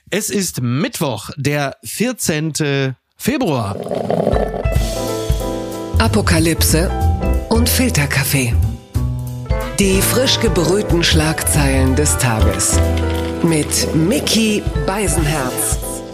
Es ist Mittwoch, der 14. Februar. Apokalypse und Filterkaffee. Die frisch gebrühten Schlagzeilen des Tages. Mit Micky Beisenherz.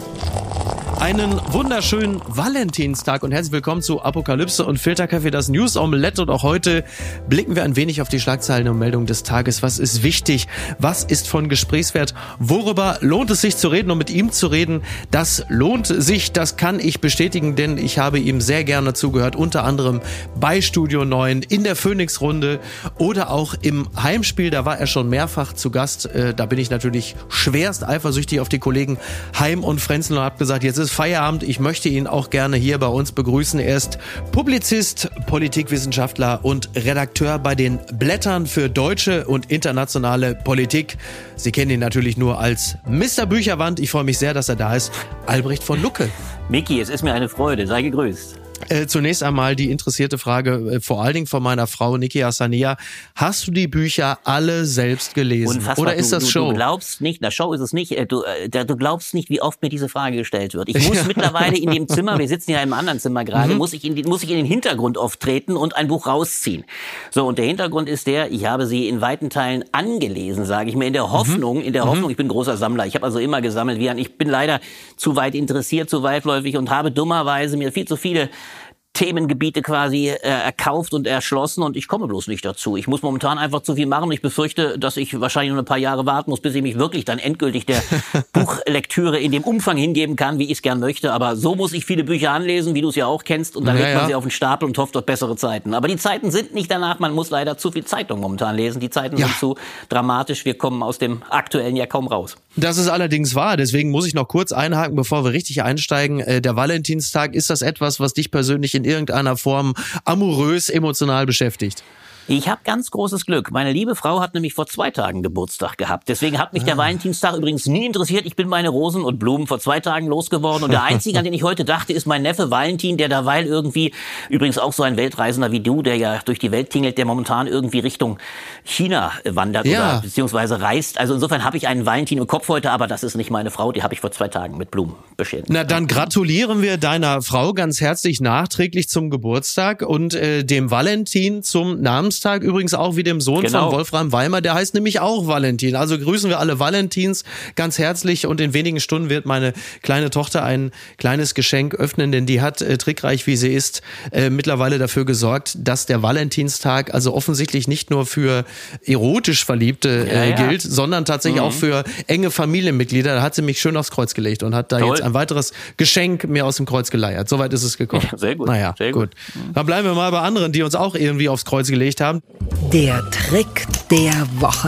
Einen wunderschönen Valentinstag und herzlich willkommen zu Apokalypse und Filterkaffee, das News Omelette. Und auch heute blicken wir ein wenig auf die Schlagzeilen und Meldungen des Tages. Was ist wichtig? Was ist von Gesprächswert? Worüber lohnt es sich zu reden und mit ihm zu reden? Das lohnt sich, das kann ich bestätigen, denn ich habe ihm sehr gerne zugehört. Unter anderem bei Studio 9, in der Phoenix-Runde oder auch im Heimspiel. Da war er schon mehrfach zu Gast. Da bin ich natürlich schwerst eifersüchtig auf die Kollegen Heim und Frenzel und habe gesagt, jetzt ist Feierabend. Ich möchte ihn auch gerne hier bei uns begrüßen. Er ist Publizist, Politikwissenschaftler und Redakteur bei den Blättern für deutsche und internationale Politik. Sie kennen ihn natürlich nur als Mr. Bücherwand. Ich freue mich sehr, dass er da ist. Albrecht von Lucke. Micky, es ist mir eine Freude. Sei gegrüßt. Zunächst einmal die interessierte Frage, vor allen Dingen von meiner Frau Niki Hassania. Hast du die Bücher alle selbst gelesen? Unfassbar. Oder ist das Show? Du glaubst nicht, na Show ist es nicht, du glaubst nicht, wie oft mir diese Frage gestellt wird. Ich muss mittlerweile in dem Zimmer, wir sitzen ja im anderen Zimmer gerade, muss ich in den Hintergrund oft treten und ein Buch rausziehen. So, und der Hintergrund ist ich habe sie in weiten Teilen angelesen, sage ich mir, in der Hoffnung, ich bin großer Sammler, ich habe also immer gesammelt, ich bin leider zu weit interessiert, zu weitläufig und habe dummerweise mir viel zu viele Themengebiete quasi erkauft und erschlossen und ich komme bloß nicht dazu. Ich muss momentan einfach zu viel machen und ich befürchte, dass ich wahrscheinlich noch ein paar Jahre warten muss, bis ich mich wirklich dann endgültig der Buchlektüre in dem Umfang hingeben kann, wie ich es gern möchte. Aber so muss ich viele Bücher anlesen, wie du es ja auch kennst und dann legt man sie auf den Stapel und hofft auf bessere Zeiten. Aber die Zeiten sind nicht danach, man muss leider zu viel Zeitung momentan lesen. Die Zeiten sind zu dramatisch, wir kommen aus dem aktuellen ja kaum raus. Das ist allerdings wahr, deswegen muss ich noch kurz einhaken, bevor wir richtig einsteigen. Der Valentinstag, ist das etwas, was dich persönlich in irgendeiner Form amorös, emotional beschäftigt? Ich habe ganz großes Glück. Meine liebe Frau hat nämlich vor 2 Tagen Geburtstag gehabt. Deswegen hat mich der Valentinstag übrigens nie interessiert. Ich bin meine Rosen und Blumen vor 2 Tagen losgeworden. Und der Einzige, an den ich heute dachte, ist mein Neffe Valentin, der derweil irgendwie, übrigens auch so ein Weltreisender wie du, der ja durch die Welt tingelt, der momentan irgendwie Richtung China wandert oder beziehungsweise reist. Also insofern habe ich einen Valentin im Kopf heute, aber das ist nicht meine Frau. Die habe ich vor 2 Tagen mit Blumen beschert. Na, dann gratulieren wir deiner Frau ganz herzlich nachträglich zum Geburtstag und dem Valentin zum Namenstag. Übrigens auch wie dem Sohn von Wolfram Weimar, der heißt nämlich auch Valentin. Also grüßen wir alle Valentins ganz herzlich und in wenigen Stunden wird meine kleine Tochter ein kleines Geschenk öffnen, denn die hat, trickreich wie sie ist, mittlerweile dafür gesorgt, dass der Valentinstag also offensichtlich nicht nur für erotisch Verliebte gilt, sondern tatsächlich auch für enge Familienmitglieder. Da hat sie mich schön aufs Kreuz gelegt und hat da jetzt ein weiteres Geschenk mir aus dem Kreuz geleiert. Soweit ist es gekommen. Ja, sehr gut. Naja, sehr gut. Dann bleiben wir mal bei anderen, die uns auch irgendwie aufs Kreuz gelegt haben. Der Trick der Woche.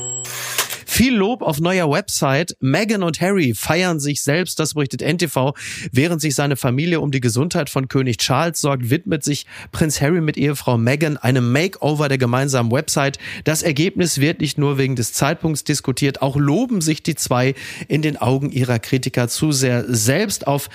Viel Lob auf neuer Website. Meghan und Harry feiern sich selbst, das berichtet NTV. Während sich seine Familie um die Gesundheit von König Charles sorgt, widmet sich Prinz Harry mit Ehefrau Meghan einem Makeover der gemeinsamen Website. Das Ergebnis wird nicht nur wegen des Zeitpunkts diskutiert, auch loben sich die zwei in den Augen ihrer Kritiker zu sehr selbst. Auf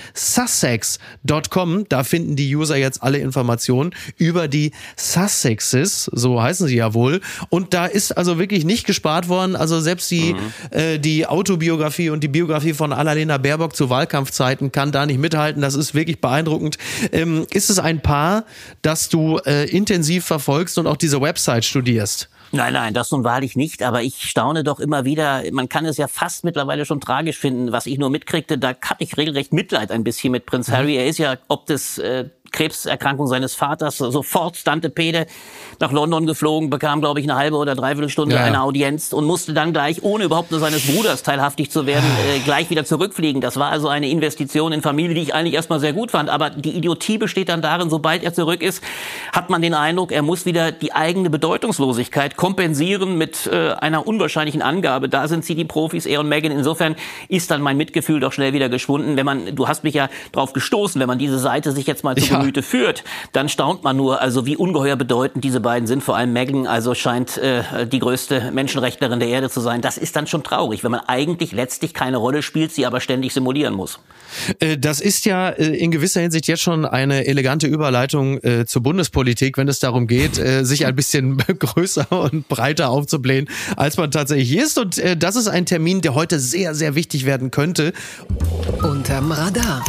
Sussex.com, da finden die User jetzt alle Informationen über die Sussexes, so heißen sie ja wohl. Und da ist also wirklich nicht gespart worden, also selbst die Autobiografie und die Biografie von Annalena Baerbock zu Wahlkampfzeiten kann da nicht mithalten. Das ist wirklich beeindruckend. Ist es ein Paar, das du intensiv verfolgst und auch diese Website studierst? Nein, das nun wahrlich nicht, aber ich staune doch immer wieder, man kann es ja fast mittlerweile schon tragisch finden, was ich nur mitkriegte, da hatte ich regelrecht Mitleid ein bisschen mit Prinz Harry. Er ist ja ob des Krebserkrankung seines Vaters sofort Stantepede nach London geflogen, bekam, glaube ich, eine halbe oder dreiviertel Stunde eine Audienz und musste dann gleich, ohne überhaupt nur seines Bruders teilhaftig zu werden, gleich wieder zurückfliegen. Das war also eine Investition in Familie, die ich eigentlich erstmal sehr gut fand. Aber die Idiotie besteht dann darin, sobald er zurück ist, hat man den Eindruck, er muss wieder die eigene Bedeutungslosigkeit kompensieren mit einer unwahrscheinlichen Angabe. Da sind sie die Profis, er und Meghan. Insofern ist dann mein Mitgefühl doch schnell wieder geschwunden. Du hast mich ja drauf gestoßen, wenn man diese Seite sich jetzt mal zu Gemüte führt, dann staunt man nur, also wie ungeheuer bedeutend diese beiden sind. Vor allem Meghan, also scheint die größte Menschenrechtlerin der Erde zu sein. Das ist dann schon traurig, wenn man eigentlich letztlich keine Rolle spielt, sie aber ständig simulieren muss. Das ist ja in gewisser Hinsicht jetzt schon eine elegante Überleitung zur Bundespolitik, wenn es darum geht, sich ein bisschen größer und breiter aufzublähen, als man tatsächlich ist. Und das ist ein Termin, der heute sehr, sehr wichtig werden könnte. Unterm Radar.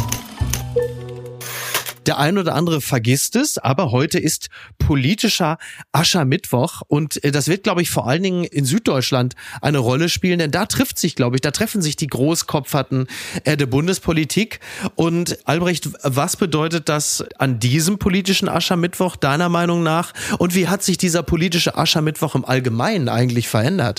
Der ein oder andere vergisst es, aber heute ist politischer Aschermittwoch und das wird, glaube ich, vor allen Dingen in Süddeutschland eine Rolle spielen, denn da treffen sich die Großkopferten der Bundespolitik. Und Albrecht, was bedeutet das an diesem politischen Aschermittwoch deiner Meinung nach und wie hat sich dieser politische Aschermittwoch im Allgemeinen eigentlich verändert?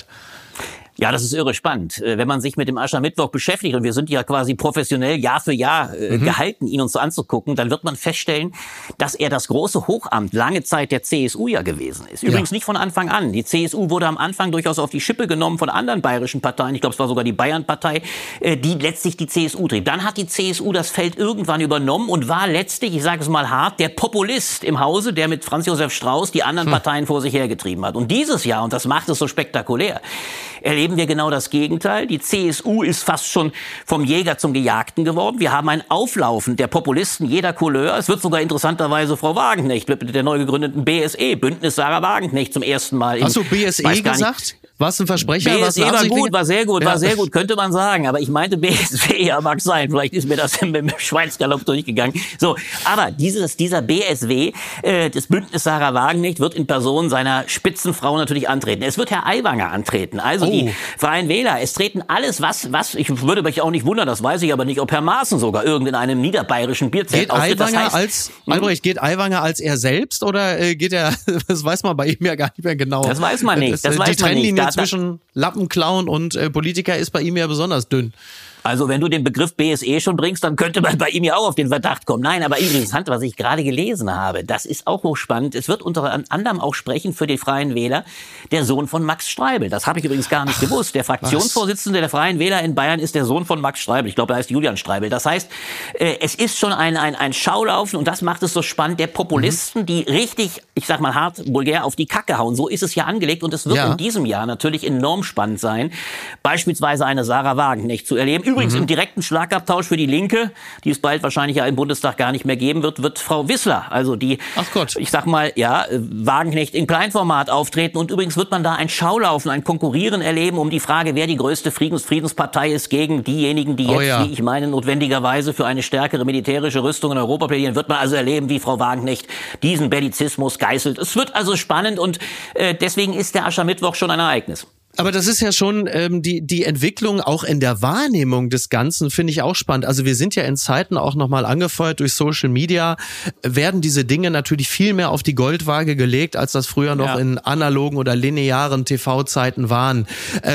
Ja, das ist irre spannend. Wenn man sich mit dem Aschermittwoch beschäftigt, und wir sind ja quasi professionell Jahr für Jahr gehalten, ihn uns so anzugucken, dann wird man feststellen, dass er das große Hochamt lange Zeit der CSU ja gewesen ist. Übrigens nicht von Anfang an. Die CSU wurde am Anfang durchaus auf die Schippe genommen von anderen bayerischen Parteien. Ich glaube, es war sogar die Bayern-Partei, die letztlich die CSU trieb. Dann hat die CSU das Feld irgendwann übernommen und war letztlich, ich sage es mal hart, der Populist im Hause, der mit Franz Josef Strauß die anderen Parteien vor sich hergetrieben hat. Und dieses Jahr, und das macht es so spektakulär, erleben wir genau das Gegenteil. Die CSU ist fast schon vom Jäger zum Gejagten geworden. Wir haben ein Auflaufen der Populisten jeder Couleur. Es wird sogar interessanterweise Frau Wagenknecht mit der neu gegründeten BSE, Bündnis Sarah Wagenknecht, zum ersten Mal. Hast du BSE gesagt? War es ein Versprecher? BSE war gut, war sehr gut, könnte man sagen. Aber ich meinte BSW, ja, mag sein. Vielleicht ist mir das im Schweinsgalopp durchgegangen. So, aber dieser BSW, das Bündnis Sarah Wagenknecht, wird in Person seiner Spitzenfrau natürlich antreten. Es wird Herr Aiwanger antreten. Also die Freien Wähler. Es treten alles, was, ich würde mich auch nicht wundern, das weiß ich aber nicht, ob Herr Maaßen sogar in einem niederbayerischen Bierzelt auftritt. Albrecht, geht Aiwanger als er selbst oder geht er, das weiß man bei ihm ja gar nicht mehr genau. Das weiß man nicht. Die Trennlinie zwischen Lappenclown und Politiker ist bei ihm ja besonders dünn. Also wenn du den Begriff BSE schon bringst, dann könnte man bei ihm ja auch auf den Verdacht kommen. Nein, aber interessant, was ich gerade gelesen habe, das ist auch hochspannend. Es wird unter anderem auch sprechen für die Freien Wähler der Sohn von Max Streibel. Das habe ich übrigens gar nicht gewusst. Der Fraktionsvorsitzende der Freien Wähler in Bayern ist der Sohn von Max Streibel. Ich glaube, er heißt Julian Streibel. Das heißt, es ist schon ein Schaulaufen und das macht es so spannend der Populisten, die richtig, ich sag mal hart, vulgär auf die Kacke hauen. So ist es ja angelegt und es wird in diesem Jahr natürlich enorm spannend sein, beispielsweise eine Sarah Wagenknecht zu erleben. Übrigens im direkten Schlagabtausch für die Linke, die es bald wahrscheinlich ja im Bundestag gar nicht mehr geben wird Frau Wissler, also die, ich sag mal, Wagenknecht in Kleinformat auftreten. Und übrigens wird man da ein Schaulaufen, ein Konkurrieren erleben um die Frage, wer die größte Friedenspartei ist gegen diejenigen, die jetzt, wie ich meine, notwendigerweise für eine stärkere militärische Rüstung in Europa plädieren. Wird man also erleben, wie Frau Wagenknecht diesen Bellizismus geißelt. Es wird also spannend und deswegen ist der Aschermittwoch schon ein Ereignis. Aber das ist ja schon die Entwicklung auch in der Wahrnehmung des Ganzen, finde ich auch spannend. Also wir sind ja in Zeiten auch nochmal angefeuert durch Social Media, werden diese Dinge natürlich viel mehr auf die Goldwaage gelegt, als das früher noch in analogen oder linearen TV-Zeiten waren.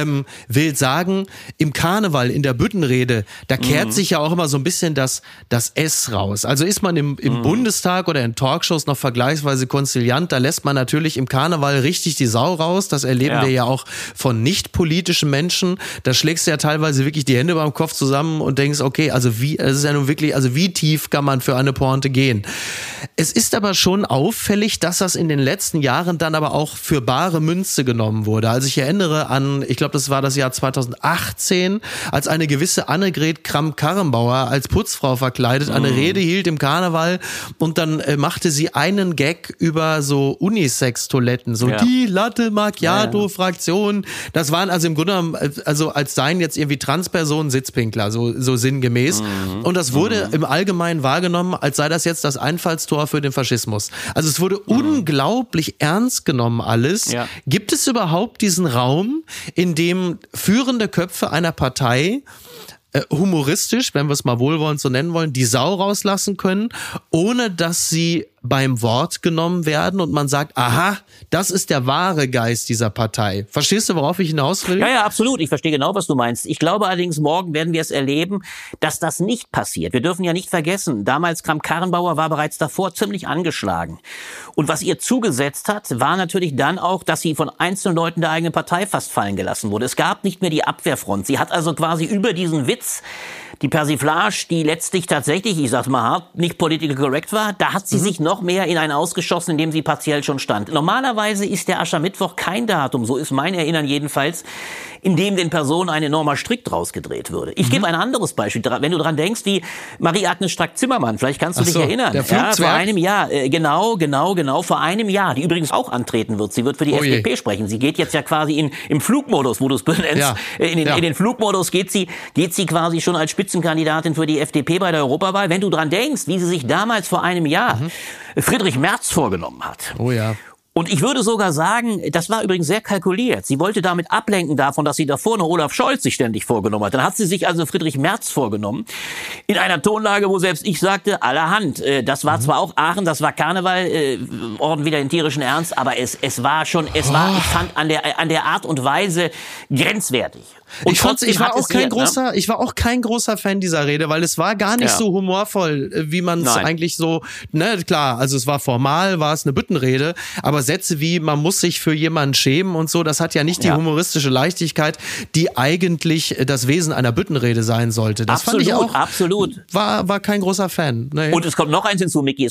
Will sagen, im Karneval, in der Büttenrede, da kehrt sich ja auch immer so ein bisschen das S raus. Also ist man im Bundestag oder in Talkshows noch vergleichsweise konziliant, da lässt man natürlich im Karneval richtig die Sau raus. Das erleben wir ja auch von nicht politischen Menschen. Da schlägst du ja teilweise wirklich die Hände beim Kopf zusammen und denkst, okay, es ist ja nun wirklich, also wie tief kann man für eine Pointe gehen? Es ist aber schon auffällig, dass das in den letzten Jahren dann aber auch für bare Münze genommen wurde. Also ich erinnere an, ich glaube, das war das Jahr 2018, als eine gewisse Annegret Kramp-Karrenbauer als Putzfrau verkleidet eine Rede hielt im Karneval und dann machte sie einen Gag über so Unisex-Toiletten, so die Latte Macchiato-Fraktion. Das waren also im Grunde genommen, also als seien jetzt irgendwie Transpersonen Sitzpinkler, so sinngemäß. Und das wurde im Allgemeinen wahrgenommen, als sei das jetzt das Einfallstor für den Faschismus. Also es wurde unglaublich ernst genommen alles. Ja. Gibt es überhaupt diesen Raum, in dem führende Köpfe einer Partei humoristisch, wenn wir es mal wohlwollend so nennen wollen, die Sau rauslassen können, ohne dass sie beim Wort genommen werden und man sagt, aha, das ist der wahre Geist dieser Partei. Verstehst du, worauf ich hinaus will? Ja, absolut. Ich verstehe genau, was du meinst. Ich glaube allerdings, morgen werden wir es erleben, dass das nicht passiert. Wir dürfen ja nicht vergessen, damals Kramp-Karrenbauer war bereits davor ziemlich angeschlagen. Und was ihr zugesetzt hat, war natürlich dann auch, dass sie von einzelnen Leuten der eigenen Partei fast fallen gelassen wurde. Es gab nicht mehr die Abwehrfront. Sie hat also quasi über diesen Witz, die Persiflage, die letztlich tatsächlich, ich sag's mal hart, nicht political correct war, da hat sie sich noch mehr in einen ausgeschossen, in dem sie partiell schon stand. Normalerweise ist der Aschermittwoch kein Datum, so ist mein Erinnern jedenfalls, in dem den Personen ein enormer Strick draus gedreht würde. Ich gebe ein anderes Beispiel. Wenn du dran denkst, wie Marie-Agnes Strack-Zimmermann, vielleicht kannst du dich erinnern. Der Flugzwerg? Ja, vor einem Jahr, genau, vor einem Jahr, die übrigens auch antreten wird. Sie wird für die FDP sprechen. Sie geht jetzt ja quasi im Flugmodus, wo du es benennst. Ja. In den Flugmodus geht sie quasi schon als Spitzenkandidatin für die FDP bei der Europawahl. Wenn du dran denkst, wie sie sich damals vor einem Jahr Friedrich Merz vorgenommen hat. Oh ja. Und ich würde sogar sagen, das war übrigens sehr kalkuliert. Sie wollte damit ablenken davon, dass sie davor noch Olaf Scholz sich ständig vorgenommen hat. Dann hat sie sich also Friedrich Merz vorgenommen. In einer Tonlage, wo selbst ich sagte, allerhand. Das war zwar auch Aachen, das war Karneval, Orden wieder in tierischen Ernst, aber es war, ich fand an der Art und Weise grenzwertig. Und ich war auch kein großer Fan dieser Rede, weil es war gar nicht so humorvoll, wie man es eigentlich so, klar, also es war formal, war es eine Büttenrede, aber Sätze wie, man muss sich für jemanden schämen und so, das hat ja nicht die humoristische Leichtigkeit, die eigentlich das Wesen einer Büttenrede sein sollte. Das fand ich auch, war kein großer Fan. Nee. Und es kommt noch eins hinzu, Micky,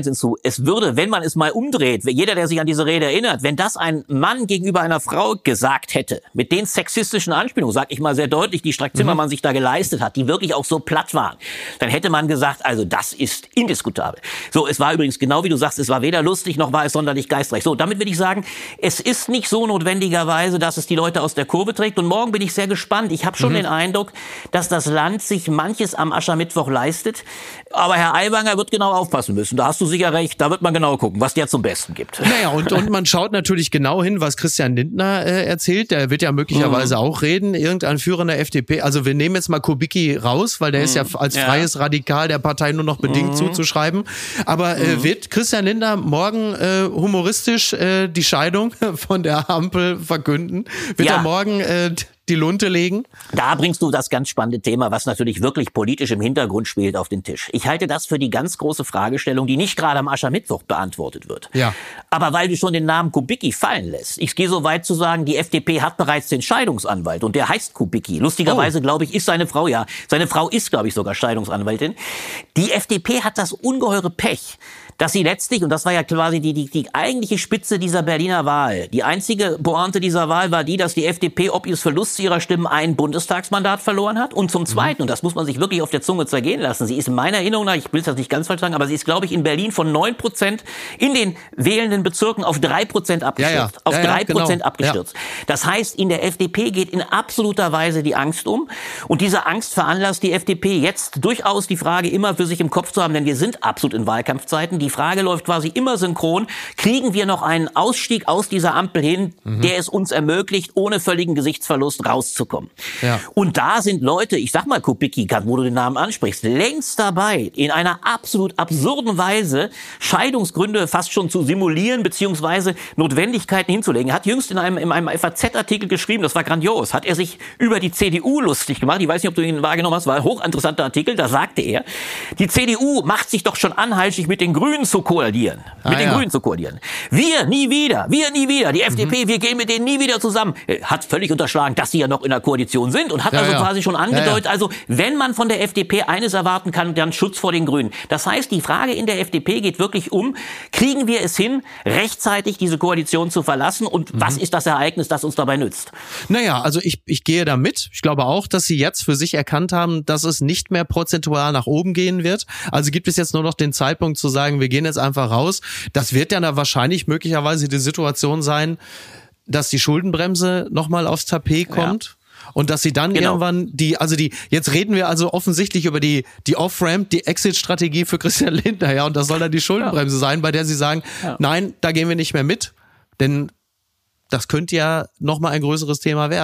es würde, wenn man es mal umdreht, jeder, der sich an diese Rede erinnert, wenn das ein Mann gegenüber einer Frau gesagt hätte, mit den sexistischen Anspielungen, sag ich mal sehr deutlich, die Strack-Zimmermann sich da geleistet hat, die wirklich auch so platt waren, dann hätte man gesagt, also das ist indiskutabel. So, es war übrigens genau wie du sagst, es war weder lustig noch war es sonderlich geistreich. So, damit will ich sagen, es ist nicht so notwendigerweise, dass es die Leute aus der Kurve trägt und morgen bin ich sehr gespannt. Ich habe schon den Eindruck, dass das Land sich manches am Aschermittwoch leistet, aber Herr Aiwanger wird genau aufpassen müssen. Da hast du sicher recht, da wird man genau gucken, was der zum Besten gibt. Naja, und man schaut natürlich genau hin, was Christian Lindner erzählt, der wird ja möglicherweise auch reden, irgendein Führer der FDP, also wir nehmen jetzt mal Kubicki raus, weil der ist ja als freies Radikal der Partei nur noch bedingt zuzuschreiben, aber wird Christian Lindner morgen humoristisch die Scheidung von der Ampel verkünden? Wird er morgen die Lunte legen? Da bringst du das ganz spannende Thema, was natürlich wirklich politisch im Hintergrund spielt, auf den Tisch. Ich halte das für die ganz große Fragestellung, die nicht gerade am Aschermittwoch beantwortet wird. Ja. Aber weil du schon den Namen Kubicki fallen lässt, ich gehe so weit zu sagen, die FDP hat bereits den Scheidungsanwalt und der heißt Kubicki. Lustigerweise, glaube ich, ist seine Frau ist, glaube ich, sogar Scheidungsanwältin. Die FDP hat das ungeheure Pech, dass sie letztlich, und das war ja quasi die eigentliche Spitze dieser Berliner Wahl, die einzige Pointe dieser Wahl war die, dass die FDP ob ihres Verlusts ihrer Stimmen ein Bundestagsmandat verloren hat und zum Zweiten, und das muss man sich wirklich auf der Zunge zergehen lassen, sie ist in meiner Erinnerung nach, ich will das nicht ganz falsch sagen, aber sie ist, glaube ich, in Berlin von 9% in den wählenden Bezirken auf 3% abgestürzt. Auf 3% abgestürzt. Ja. Das heißt, in der FDP geht in absoluter Weise die Angst um und diese Angst veranlasst die FDP jetzt durchaus die Frage immer für sich im Kopf zu haben, denn wir sind absolut in Wahlkampfzeiten. Die Frage läuft quasi immer synchron. Kriegen wir noch einen Ausstieg aus dieser Ampel hin, der es uns ermöglicht, ohne völligen Gesichtsverlust rauszukommen? Ja. Und da sind Leute, ich sag mal Kubicki, wo du den Namen ansprichst, längst dabei, in einer absolut absurden Weise Scheidungsgründe fast schon zu simulieren, beziehungsweise Notwendigkeiten hinzulegen. Er hat jüngst in einem FAZ-Artikel geschrieben, das war grandios, hat er sich über die CDU lustig gemacht. Ich weiß nicht, ob du ihn wahrgenommen hast, war ein hochinteressanter Artikel, da sagte er, die CDU macht sich doch schon anhaltlich mit den Grünen zu koalieren. Grünen zu koalieren. Wir nie wieder. Die FDP, wir gehen mit denen nie wieder zusammen. Hat völlig unterschlagen, dass sie ja noch in der Koalition sind und hat quasi schon angedeutet, also wenn man von der FDP eines erwarten kann, dann Schutz vor den Grünen. Das heißt, die Frage in der FDP geht wirklich um, kriegen wir es hin, rechtzeitig diese Koalition zu verlassen und was ist das Ereignis, das uns dabei nützt? Naja, also ich gehe da mit. Ich glaube auch, dass sie jetzt für sich erkannt haben, dass es nicht mehr prozentual nach oben gehen wird. Also gibt es jetzt nur noch den Zeitpunkt zu sagen, wir gehen jetzt einfach raus. Das wird dann wahrscheinlich möglicherweise die Situation sein, dass die Schuldenbremse nochmal aufs Tapet kommt. Ja. Und dass sie dann irgendwann jetzt reden wir also offensichtlich über die Off-Ramp, die Exit-Strategie für Christian Lindner, ja, und das soll dann die Schuldenbremse sein, bei der sie sagen, nein, da gehen wir nicht mehr mit, denn das könnte ja nochmal ein größeres Thema werden.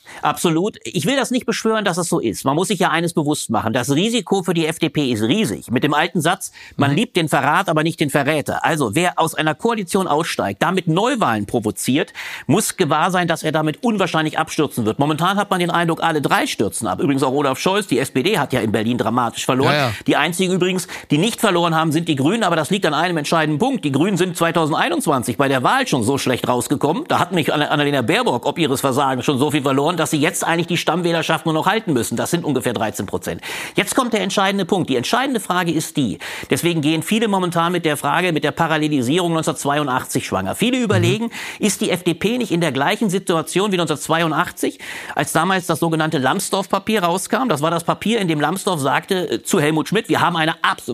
Absolut. Ich will das nicht beschwören, dass es so ist. Man muss sich ja eines bewusst machen. Das Risiko für die FDP ist riesig. Mit dem alten Satz, man liebt den Verrat, aber nicht den Verräter. Also wer aus einer Koalition aussteigt, damit Neuwahlen provoziert, muss gewahr sein, dass er damit unwahrscheinlich abstürzen wird. Momentan hat man den Eindruck, alle drei stürzen ab. Übrigens auch Olaf Scholz, die SPD hat ja in Berlin dramatisch verloren. Ja. Die einzigen übrigens, die nicht verloren haben, sind die Grünen, aber das liegt an einem entscheidenden Punkt. Die Grünen sind 2021 bei der Wahl schon so schlecht rausgekommen. Da hat mich Annalena Baerbock ob ihres Versagens schon so viel verloren, dass sie jetzt eigentlich die Stammwählerschaft nur noch halten müssen. Das sind ungefähr 13%. Jetzt kommt der entscheidende Punkt. Die entscheidende Frage ist die. Deswegen gehen viele momentan mit der Frage, mit der Parallelisierung 1982 schwanger. Viele überlegen, ist die FDP nicht in der gleichen Situation wie 1982, als damals das sogenannte Lambsdorff-Papier rauskam? Das war das Papier, in dem Lambsdorff sagte zu Helmut Schmidt, wir haben eine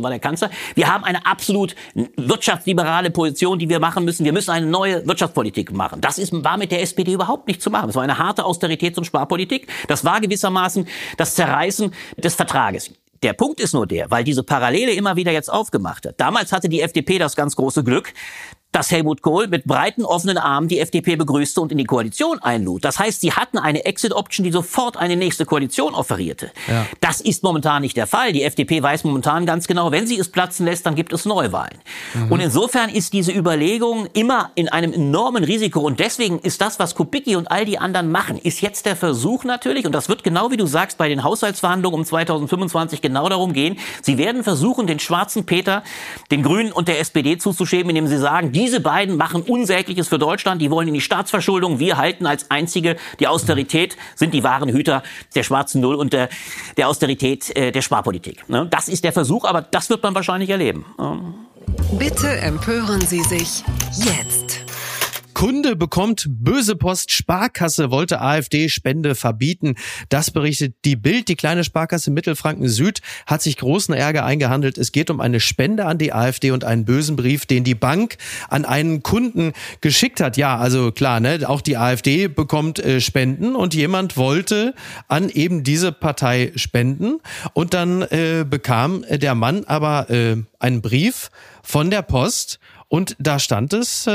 absolut wirtschaftsliberale Position, die wir machen müssen. Wir müssen eine neue Wirtschaftspolitik machen. Das war mit der SPD überhaupt nicht zu machen. Es war eine harte Austeritäts- und Sparpolitik. Das war gewissermaßen das Zerreißen des Vertrages. Der Punkt ist nur der, weil diese Parallele immer wieder jetzt aufgemacht hat. Damals hatte die FDP das ganz große Glück, dass Helmut Kohl mit breiten, offenen Armen die FDP begrüßte und in die Koalition einlud. Das heißt, sie hatten eine Exit-Option, die sofort eine nächste Koalition offerierte. Ja. Das ist momentan nicht der Fall. Die FDP weiß momentan ganz genau, wenn sie es platzen lässt, dann gibt es Neuwahlen. Und insofern ist diese Überlegung immer in einem enormen Risiko. Und deswegen ist das, was Kubicki und all die anderen machen, ist jetzt der Versuch natürlich, und das wird genau wie du sagst, bei den Haushaltsverhandlungen um 2025 genau darum gehen, sie werden versuchen, den schwarzen Peter, den Grünen und der SPD zuzuschieben, indem sie sagen, diese beiden machen Unsägliches für Deutschland, die wollen in die Staatsverschuldung, wir halten als einzige die Austerität, sind die wahren Hüter der schwarzen Null und der Austerität der Sparpolitik. Das ist der Versuch, aber das wird man wahrscheinlich erleben. Bitte empören Sie sich jetzt. Kunde bekommt böse Post, Sparkasse wollte AfD-Spende verbieten. Das berichtet die Bild. Die kleine Sparkasse Mittelfranken Süd hat sich großen Ärger eingehandelt. Es geht um eine Spende an die AfD und einen bösen Brief, den die Bank an einen Kunden geschickt hat. Ja, also klar, ne, auch die AfD bekommt Spenden und jemand wollte an eben diese Partei spenden. Und dann bekam der Mann aber einen Brief von der Post und da stand es...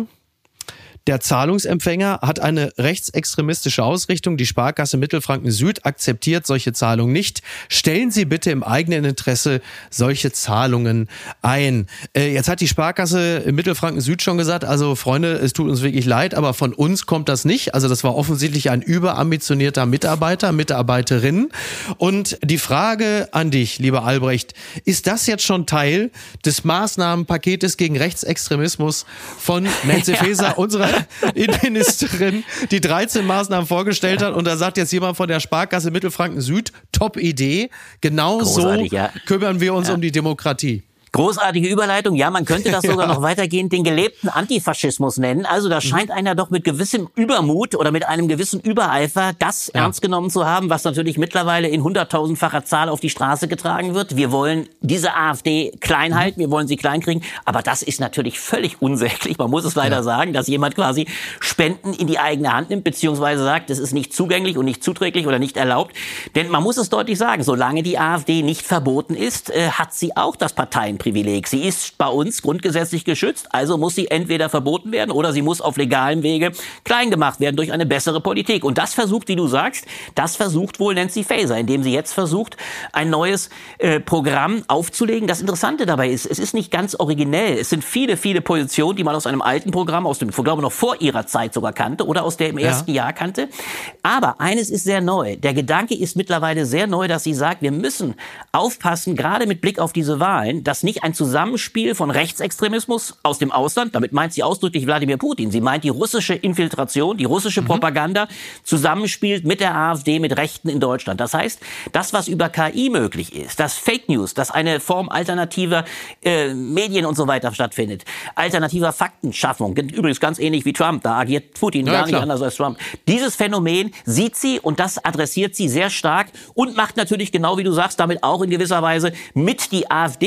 Der Zahlungsempfänger hat eine rechtsextremistische Ausrichtung. Die Sparkasse Mittelfranken Süd akzeptiert solche Zahlungen nicht. Stellen Sie bitte im eigenen Interesse solche Zahlungen ein. Jetzt hat die Sparkasse Mittelfranken Süd schon gesagt, also Freunde, es tut uns wirklich leid, aber von uns kommt das nicht. Also das war offensichtlich ein überambitionierter Mitarbeiter, Mitarbeiterin. Und die Frage an dich, lieber Albrecht, ist das jetzt schon Teil des Maßnahmenpaketes gegen Rechtsextremismus von Nancy Faeser, unserer Innenministerin, die 13 Maßnahmen vorgestellt hat und da sagt jetzt jemand von der Sparkasse Mittelfranken Süd, top Idee, genau so kümmern wir uns um die Demokratie. Großartige Überleitung. Ja, man könnte das sogar noch weitergehend den gelebten Antifaschismus nennen. Also da scheint einer doch mit gewissem Übermut oder mit einem gewissen Übereifer das ernst genommen zu haben, was natürlich mittlerweile in 100.000-facher Zahl auf die Straße getragen wird. Wir wollen diese AfD klein halten, wir wollen sie klein kriegen. Aber das ist natürlich völlig unsäglich. Man muss es leider sagen, dass jemand quasi Spenden in die eigene Hand nimmt, beziehungsweise sagt, das ist nicht zugänglich und nicht zuträglich oder nicht erlaubt. Denn man muss es deutlich sagen, solange die AfD nicht verboten ist, hat sie auch das Parteienprivileg. Sie ist bei uns grundgesetzlich geschützt, also muss sie entweder verboten werden oder sie muss auf legalem Wege klein gemacht werden durch eine bessere Politik. Und das versucht, wie du sagst, das versucht wohl Nancy Faeser, indem sie jetzt versucht, ein neues Programm aufzulegen. Das Interessante dabei ist, es ist nicht ganz originell. Es sind viele, viele Positionen, die man aus einem alten Programm, aus dem, ich glaube, noch vor ihrer Zeit sogar kannte oder aus der im ersten Jahr kannte. Aber eines ist sehr neu. Der Gedanke ist mittlerweile sehr neu, dass sie sagt, wir müssen aufpassen, gerade mit Blick auf diese Wahlen, dass nicht ein Zusammenspiel von Rechtsextremismus aus dem Ausland, damit meint sie ausdrücklich Wladimir Putin, sie meint die russische Infiltration, die russische Propaganda zusammenspielt mit der AfD, mit Rechten in Deutschland. Das heißt, das, was über KI möglich ist, das Fake News, dass eine Form alternativer Medien und so weiter stattfindet, alternativer Faktenschaffung, übrigens ganz ähnlich wie Trump, da agiert Putin gar nicht anders als Trump. Dieses Phänomen sieht sie und das adressiert sie sehr stark und macht natürlich genau wie du sagst, damit auch in gewisser Weise mit die AfD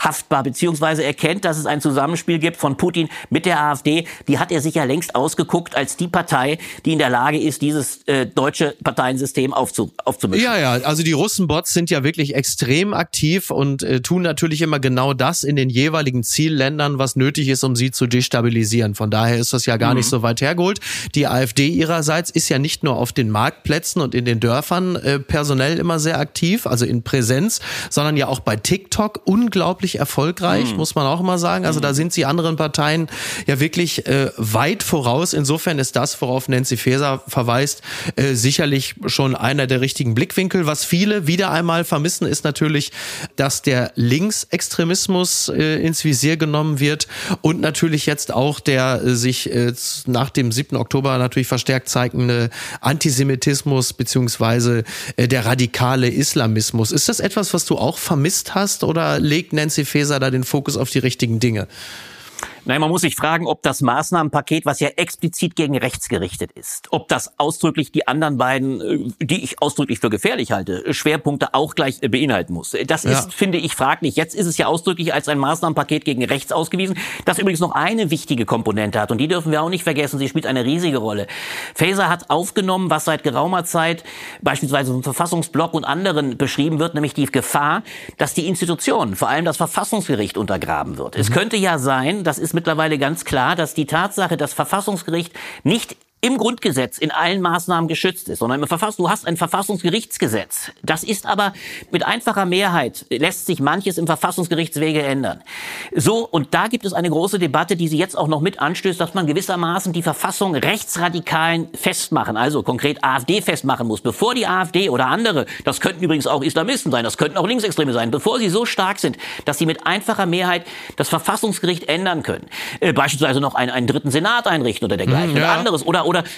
haftbar, beziehungsweise erkennt, dass es ein Zusammenspiel gibt von Putin mit der AfD. Die hat er sich ja längst ausgeguckt als die Partei, die in der Lage ist, dieses deutsche Parteiensystem aufzumischen. Ja, also die Russenbots sind ja wirklich extrem aktiv und tun natürlich immer genau das in den jeweiligen Zielländern, was nötig ist, um sie zu destabilisieren. Von daher ist das ja gar nicht so weit hergeholt. Die AfD ihrerseits ist ja nicht nur auf den Marktplätzen und in den Dörfern personell immer sehr aktiv, also in Präsenz, sondern ja auch bei TikTok unglaublich erfolgreich, muss man auch immer sagen. Also da sind sie anderen Parteien ja wirklich weit voraus. Insofern ist das, worauf Nancy Faeser verweist, sicherlich schon einer der richtigen Blickwinkel. Was viele wieder einmal vermissen, ist natürlich, dass der Linksextremismus ins Visier genommen wird und natürlich jetzt auch der sich nach dem 7. Oktober natürlich verstärkt zeigende Antisemitismus beziehungsweise der radikale Islamismus. Ist das etwas, was du auch vermisst hast oder legt Nancy Faeser da den Fokus auf die richtigen Dinge? Nein, man muss sich fragen, ob das Maßnahmenpaket, was ja explizit gegen rechts gerichtet ist, ob das ausdrücklich die anderen beiden, die ich ausdrücklich für gefährlich halte, Schwerpunkte auch gleich beinhalten muss. Das ist, finde ich, fraglich. Jetzt ist es ja ausdrücklich als ein Maßnahmenpaket gegen rechts ausgewiesen, das übrigens noch eine wichtige Komponente hat. Und die dürfen wir auch nicht vergessen. Sie spielt eine riesige Rolle. Faeser hat aufgenommen, was seit geraumer Zeit beispielsweise vom Verfassungsblock und anderen beschrieben wird, nämlich die Gefahr, dass die Institutionen, vor allem das Verfassungsgericht, untergraben wird. Es könnte ja sein, das ist mittlerweile ganz klar, dass die Tatsache, dass Verfassungsgericht nicht im Grundgesetz in allen Maßnahmen geschützt ist, sondern du hast ein Verfassungsgerichtsgesetz. Das ist aber mit einfacher Mehrheit, lässt sich manches im Verfassungsgerichtswege ändern. So, und da gibt es eine große Debatte, die sie jetzt auch noch mit anstößt, dass man gewissermaßen die Verfassung Rechtsradikalen festmachen, also konkret AfD festmachen muss, bevor die AfD oder andere, das könnten übrigens auch Islamisten sein, das könnten auch Linksextreme sein, bevor sie so stark sind, dass sie mit einfacher Mehrheit das Verfassungsgericht ändern können. Beispielsweise noch einen dritten Senat einrichten oder dergleichen oder anderes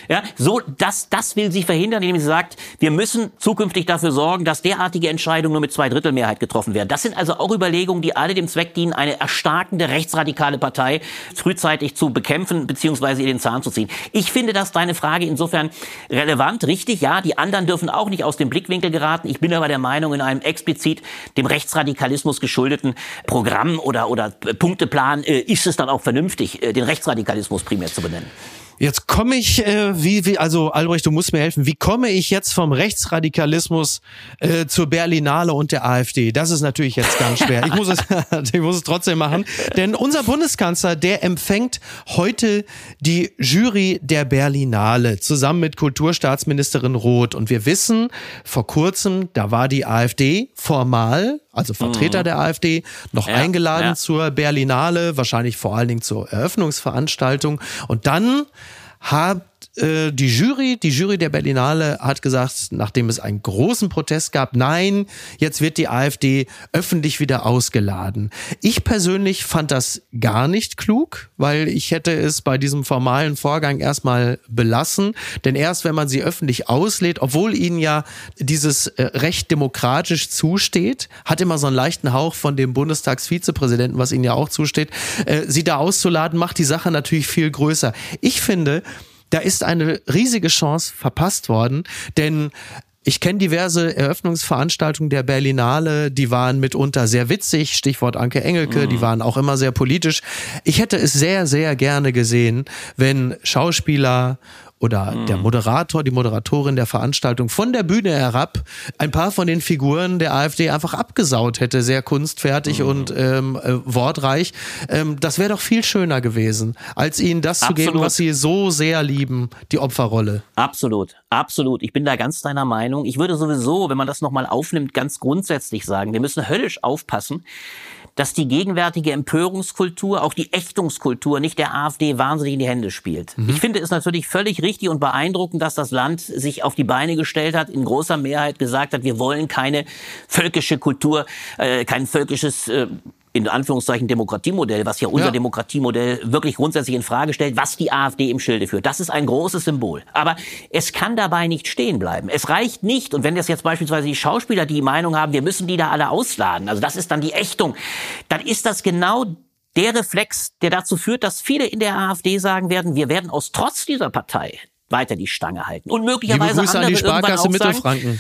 das will sie verhindern, indem sie sagt, wir müssen zukünftig dafür sorgen, dass derartige Entscheidungen nur mit 2/3 getroffen werden. Das sind also auch Überlegungen, die alle dem Zweck dienen, eine erstarkende rechtsradikale Partei frühzeitig zu bekämpfen bzw. in den Zahn zu ziehen. Ich finde, dass deine Frage insofern relevant, richtig, ja, die anderen dürfen auch nicht aus dem Blickwinkel geraten. Ich bin aber der Meinung, in einem explizit dem Rechtsradikalismus geschuldeten Programm oder Punkteplan ist es dann auch vernünftig, den Rechtsradikalismus primär zu benennen. Jetzt komme ich, also Albrecht, du musst mir helfen, wie komme ich jetzt vom Rechtsradikalismus zur Berlinale und der AfD? Das ist natürlich jetzt ganz schwer. Ich muss es trotzdem machen, denn unser Bundeskanzler, der empfängt heute die Jury der Berlinale zusammen mit Kulturstaatsministerin Roth. Und wir wissen, vor kurzem, da war die AfD formal, also Vertreter der AfD, noch eingeladen zur Berlinale, wahrscheinlich vor allen Dingen zur Eröffnungsveranstaltung. Und dann hat die Jury der Berlinale hat gesagt, nachdem es einen großen Protest gab, nein, jetzt wird die AfD öffentlich wieder ausgeladen. Ich persönlich fand das gar nicht klug, weil ich hätte es bei diesem formalen Vorgang erstmal belassen, denn erst wenn man sie öffentlich auslädt, obwohl ihnen ja dieses Recht demokratisch zusteht, hat immer so einen leichten Hauch von dem Bundestagsvizepräsidenten, was ihnen ja auch zusteht, sie da auszuladen, macht die Sache natürlich viel größer. Ich finde, da ist eine riesige Chance verpasst worden, denn ich kenne diverse Eröffnungsveranstaltungen der Berlinale, die waren mitunter sehr witzig, Stichwort Anke Engelke, die waren auch immer sehr politisch. Ich hätte es sehr, sehr gerne gesehen, wenn Schauspieler oder der Moderator, die Moderatorin der Veranstaltung von der Bühne herab ein paar von den Figuren der AfD einfach abgesaut hätte, sehr kunstfertig und wortreich. Das wäre doch viel schöner gewesen, als ihnen das zu geben, was sie so sehr lieben, die Opferrolle. Absolut. Ich bin da ganz deiner Meinung. Ich würde sowieso, wenn man das nochmal aufnimmt, ganz grundsätzlich sagen, wir müssen höllisch aufpassen, dass die gegenwärtige Empörungskultur, auch die Ächtungskultur nicht der AfD wahnsinnig in die Hände spielt. Ich finde es natürlich völlig richtig und beeindruckend, dass das Land sich auf die Beine gestellt hat, in großer Mehrheit gesagt hat, wir wollen keine völkische Kultur, kein völkisches in Anführungszeichen Demokratiemodell, was ja unser Demokratiemodell wirklich grundsätzlich in Frage stellt, was die AfD im Schilde führt. Das ist ein großes Symbol. Aber es kann dabei nicht stehen bleiben. Es reicht nicht, und wenn das jetzt beispielsweise die Schauspieler die Meinung haben, wir müssen die da alle ausladen, also das ist dann die Ächtung, dann ist das genau der Reflex, der dazu führt, dass viele in der AfD sagen werden, wir werden aus Trotz dieser Partei weiter die Stange halten. Und möglicherweise Liebe Grüße andere an die Sparkasse irgendwann auch Mittelfranken.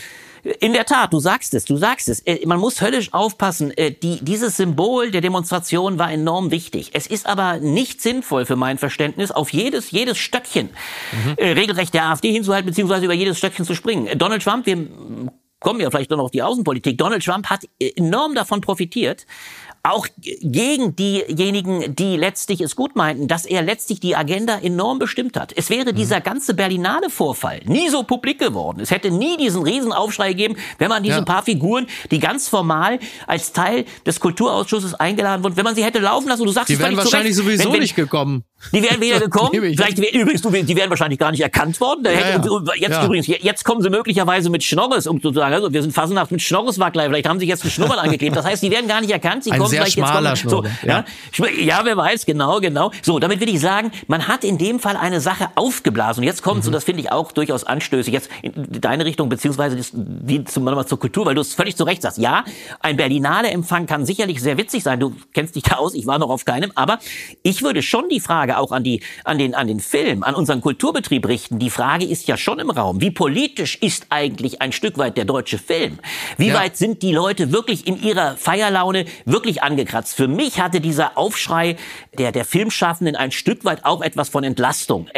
In der Tat, du sagst es. Man muss höllisch aufpassen. Dieses Symbol der Demonstration war enorm wichtig. Es ist aber nicht sinnvoll für mein Verständnis, auf jedes Stöckchen regelrecht der AfD hinzuhalten, beziehungsweise über jedes Stöckchen zu springen. Donald Trump, wir kommen ja vielleicht noch auf die Außenpolitik. Donald Trump hat enorm davon profitiert, auch gegen diejenigen, die letztlich es gut meinten, dass er letztlich die Agenda enorm bestimmt hat. Es wäre dieser ganze Berlinale-Vorfall nie so publik geworden. Es hätte nie diesen Riesenaufschrei gegeben, wenn man diese paar Figuren, die ganz formal als Teil des Kulturausschusses eingeladen wurden, wenn man sie hätte laufen lassen. Und du sagst, die wären wahrscheinlich sowieso nicht gekommen. Die wären weder gekommen, vielleicht übrigens, die wären wahrscheinlich gar nicht erkannt worden. Übrigens, jetzt kommen sie möglicherweise mit Schnorres, um zu sagen, also wir sind Fasnacht mit Schnorreswackler, vielleicht haben sie jetzt einen Schnurrbart angeklebt. Das heißt, die werden gar nicht erkannt, sie kommen sehr vielleicht schmaler jetzt kommen, so, ja, wer weiß, genau. So, damit will ich sagen, man hat in dem Fall eine Sache aufgeblasen. Und jetzt kommt's, und das finde ich auch durchaus anstößig, jetzt in deine Richtung, beziehungsweise nochmal zur Kultur, weil du es völlig zu Recht sagst. Ja, ein Berlinale-Empfang kann sicherlich sehr witzig sein. Du kennst dich da aus, ich war noch auf keinem. Aber ich würde schon die Frage auch an den Film, an unseren Kulturbetrieb richten. Die Frage ist ja schon im Raum. Wie politisch ist eigentlich ein Stück weit der deutsche Film? Wie weit sind die Leute wirklich in ihrer Feierlaune wirklich angekratzt? Für mich hatte dieser Aufschrei der Filmschaffenden ein Stück weit auch etwas von Entlastung.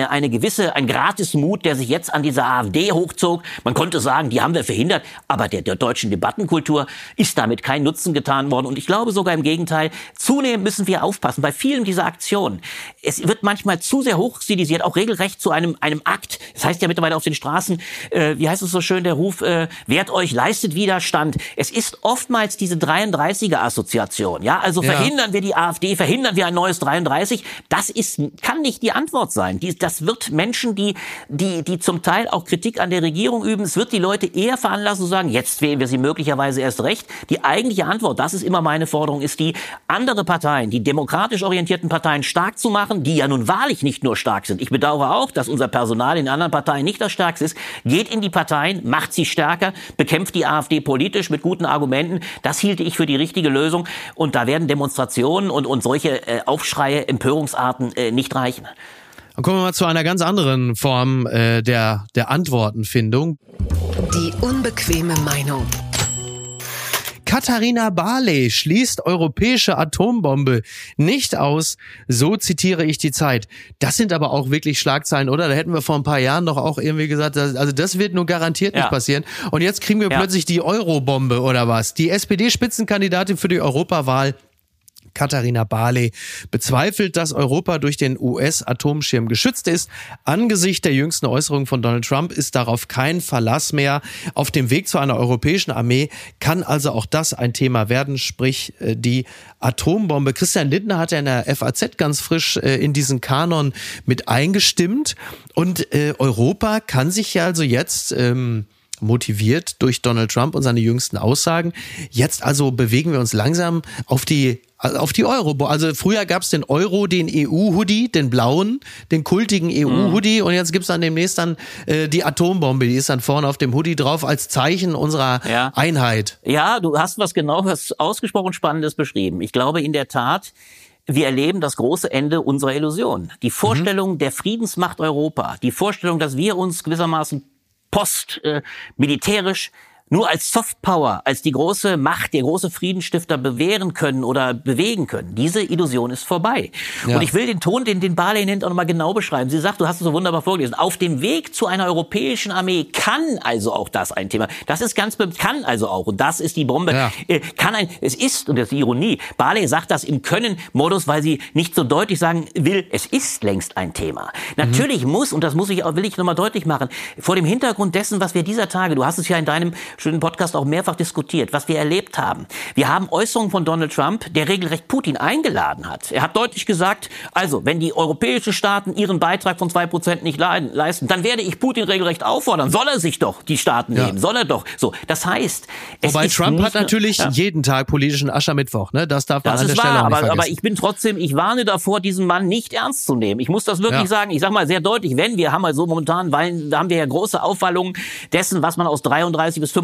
Ein Gratismut, der sich jetzt an dieser AfD hochzog. Man konnte sagen, die haben wir verhindert. Aber der deutschen Debattenkultur ist damit kein Nutzen getan worden. Und ich glaube sogar im Gegenteil, zunehmend müssen wir aufpassen bei vielen dieser Aktionen. Es wird manchmal zu sehr hochstilisiert, auch regelrecht zu einem Akt. Das heißt ja mittlerweile auf den Straßen, wie heißt es so schön, der Ruf, wehrt euch, leistet Widerstand. Es ist oftmals diese 33er-Assoziation. Ja, also verhindern wir die AfD, verhindern wir ein neues 33. Kann nicht die Antwort sein. Das wird Menschen, die zum Teil auch Kritik an der Regierung üben, es wird die Leute eher veranlassen zu sagen, jetzt wählen wir sie möglicherweise erst recht. Die eigentliche Antwort, das ist immer meine Forderung, ist die, andere Parteien, die demokratisch orientierten Parteien stark zu machen, die ja nun wahrlich nicht nur stark sind. Ich bedauere auch, dass unser Personal in anderen Parteien nicht das Stärkste ist. Geht in die Parteien, macht sie stärker, bekämpft die AfD politisch mit guten Argumenten. Das hielte ich für die richtige Lösung. Und da werden Demonstrationen und solche Aufschreie, Empörungsarten nicht reichen. Dann kommen wir mal zu einer ganz anderen Form der Antwortenfindung. Die unbequeme Meinung. Katharina Barley schließt europäische Atombombe nicht aus, so zitiere ich die Zeit. Das sind aber auch wirklich Schlagzeilen, oder? Da hätten wir vor ein paar Jahren doch auch irgendwie gesagt, das wird nur garantiert nicht passieren. Und jetzt kriegen wir plötzlich die Eurobombe oder was? Die SPD-Spitzenkandidatin für die Europawahl, Katharina Barley, bezweifelt, dass Europa durch den US-Atomschirm geschützt ist. Angesichts der jüngsten Äußerungen von Donald Trump ist darauf kein Verlass mehr. Auf dem Weg zu einer europäischen Armee kann also auch das ein Thema werden, sprich die Atombombe. Christian Lindner hat ja in der FAZ ganz frisch in diesen Kanon mit eingestimmt. Und Europa kann sich ja also jetzt motiviert durch Donald Trump und seine jüngsten Aussagen. Jetzt also bewegen wir uns langsam auf die Euro. Also früher gab es den Euro, den EU-Hoodie, den blauen, den kultigen EU-Hoodie und jetzt gibt's dann demnächst dann die Atombombe, die ist dann vorne auf dem Hoodie drauf als Zeichen unserer Einheit. Ja, du hast was ausgesprochen Spannendes beschrieben. Ich glaube in der Tat, wir erleben das große Ende unserer Illusion. Die Vorstellung der Friedensmacht Europa, die Vorstellung, dass wir uns gewissermaßen militärisch nur als Softpower, als die große Macht, der große Friedensstifter bewähren können oder bewegen können. Diese Illusion ist vorbei. Ja. Und ich will den Ton, den Barley nennt, auch nochmal genau beschreiben. Sie sagt, du hast es so wunderbar vorgelesen, auf dem Weg zu einer europäischen Armee kann also auch das ein Thema. Das ist kann also auch. Und das ist die Bombe. Ja. Es ist, und das ist die Ironie, Barley sagt das im Können-Modus, weil sie nicht so deutlich sagen will, es ist längst ein Thema. Natürlich muss, und das will ich nochmal deutlich machen, vor dem Hintergrund dessen, was wir dieser Tage, du hast es ja in deinem schönen Podcast auch mehrfach diskutiert, was wir erlebt haben. Wir haben Äußerungen von Donald Trump, der regelrecht Putin eingeladen hat. Er hat deutlich gesagt, also wenn die europäischen Staaten ihren Beitrag von 2% nicht leisten, dann werde ich Putin regelrecht auffordern. Soll er sich doch die Staaten nehmen? Soll er doch. So, das heißt, wobei Trump hat natürlich jeden Tag politischen Aschermittwoch, ne? Das darf man an der Stelle auch nicht vergessen. Aber ich warne davor, diesen Mann nicht ernst zu nehmen. Ich muss das wirklich sagen. Ich sag mal sehr deutlich, da haben wir ja große Aufwallungen dessen, was man aus 33 bis 35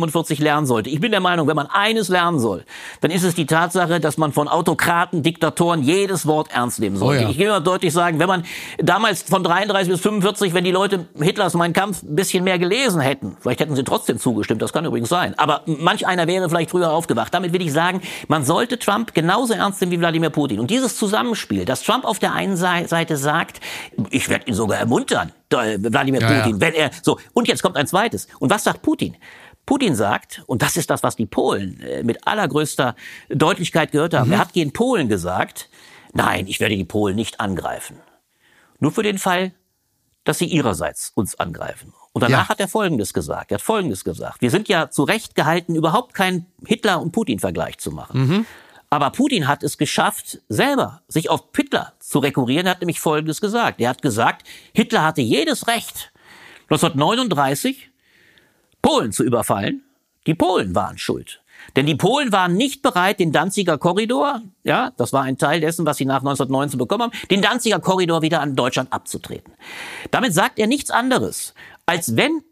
1945 lernen sollte. Ich bin der Meinung, wenn man eines lernen soll, dann ist es die Tatsache, dass man von Autokraten, Diktatoren jedes Wort ernst nehmen sollte. Ich will mal deutlich sagen, wenn man damals von 33 bis 45, wenn die Leute Hitlers Mein Kampf ein bisschen mehr gelesen hätten, vielleicht hätten sie trotzdem zugestimmt, das kann übrigens sein, aber manch einer wäre vielleicht früher aufgewacht. Damit will ich sagen, man sollte Trump genauso ernst nehmen wie Wladimir Putin. Und dieses Zusammenspiel, dass Trump auf der einen Seite sagt, ich werde ihn sogar ermuntern, Wladimir Putin, wenn er so. Und jetzt kommt ein zweites. Und was sagt Putin? Putin sagt, und das ist das, was die Polen mit allergrößter Deutlichkeit gehört haben, er hat gegen Polen gesagt, nein, ich werde die Polen nicht angreifen. Nur für den Fall, dass sie ihrerseits uns angreifen. Und danach hat er Folgendes gesagt. Wir sind ja zu Recht gehalten, überhaupt keinen Hitler- und Putin-Vergleich zu machen. Aber Putin hat es geschafft, selber sich auf Hitler zu rekurrieren. Er hat nämlich Folgendes gesagt. Er hat gesagt, Hitler hatte jedes Recht, 1939 Polen zu überfallen. Die Polen waren schuld. Denn die Polen waren nicht bereit, den Danziger Korridor, ja, das war ein Teil dessen, was sie nach 1919 bekommen haben, den Danziger Korridor wieder an Deutschland abzutreten. Damit sagt er nichts anderes, als wenn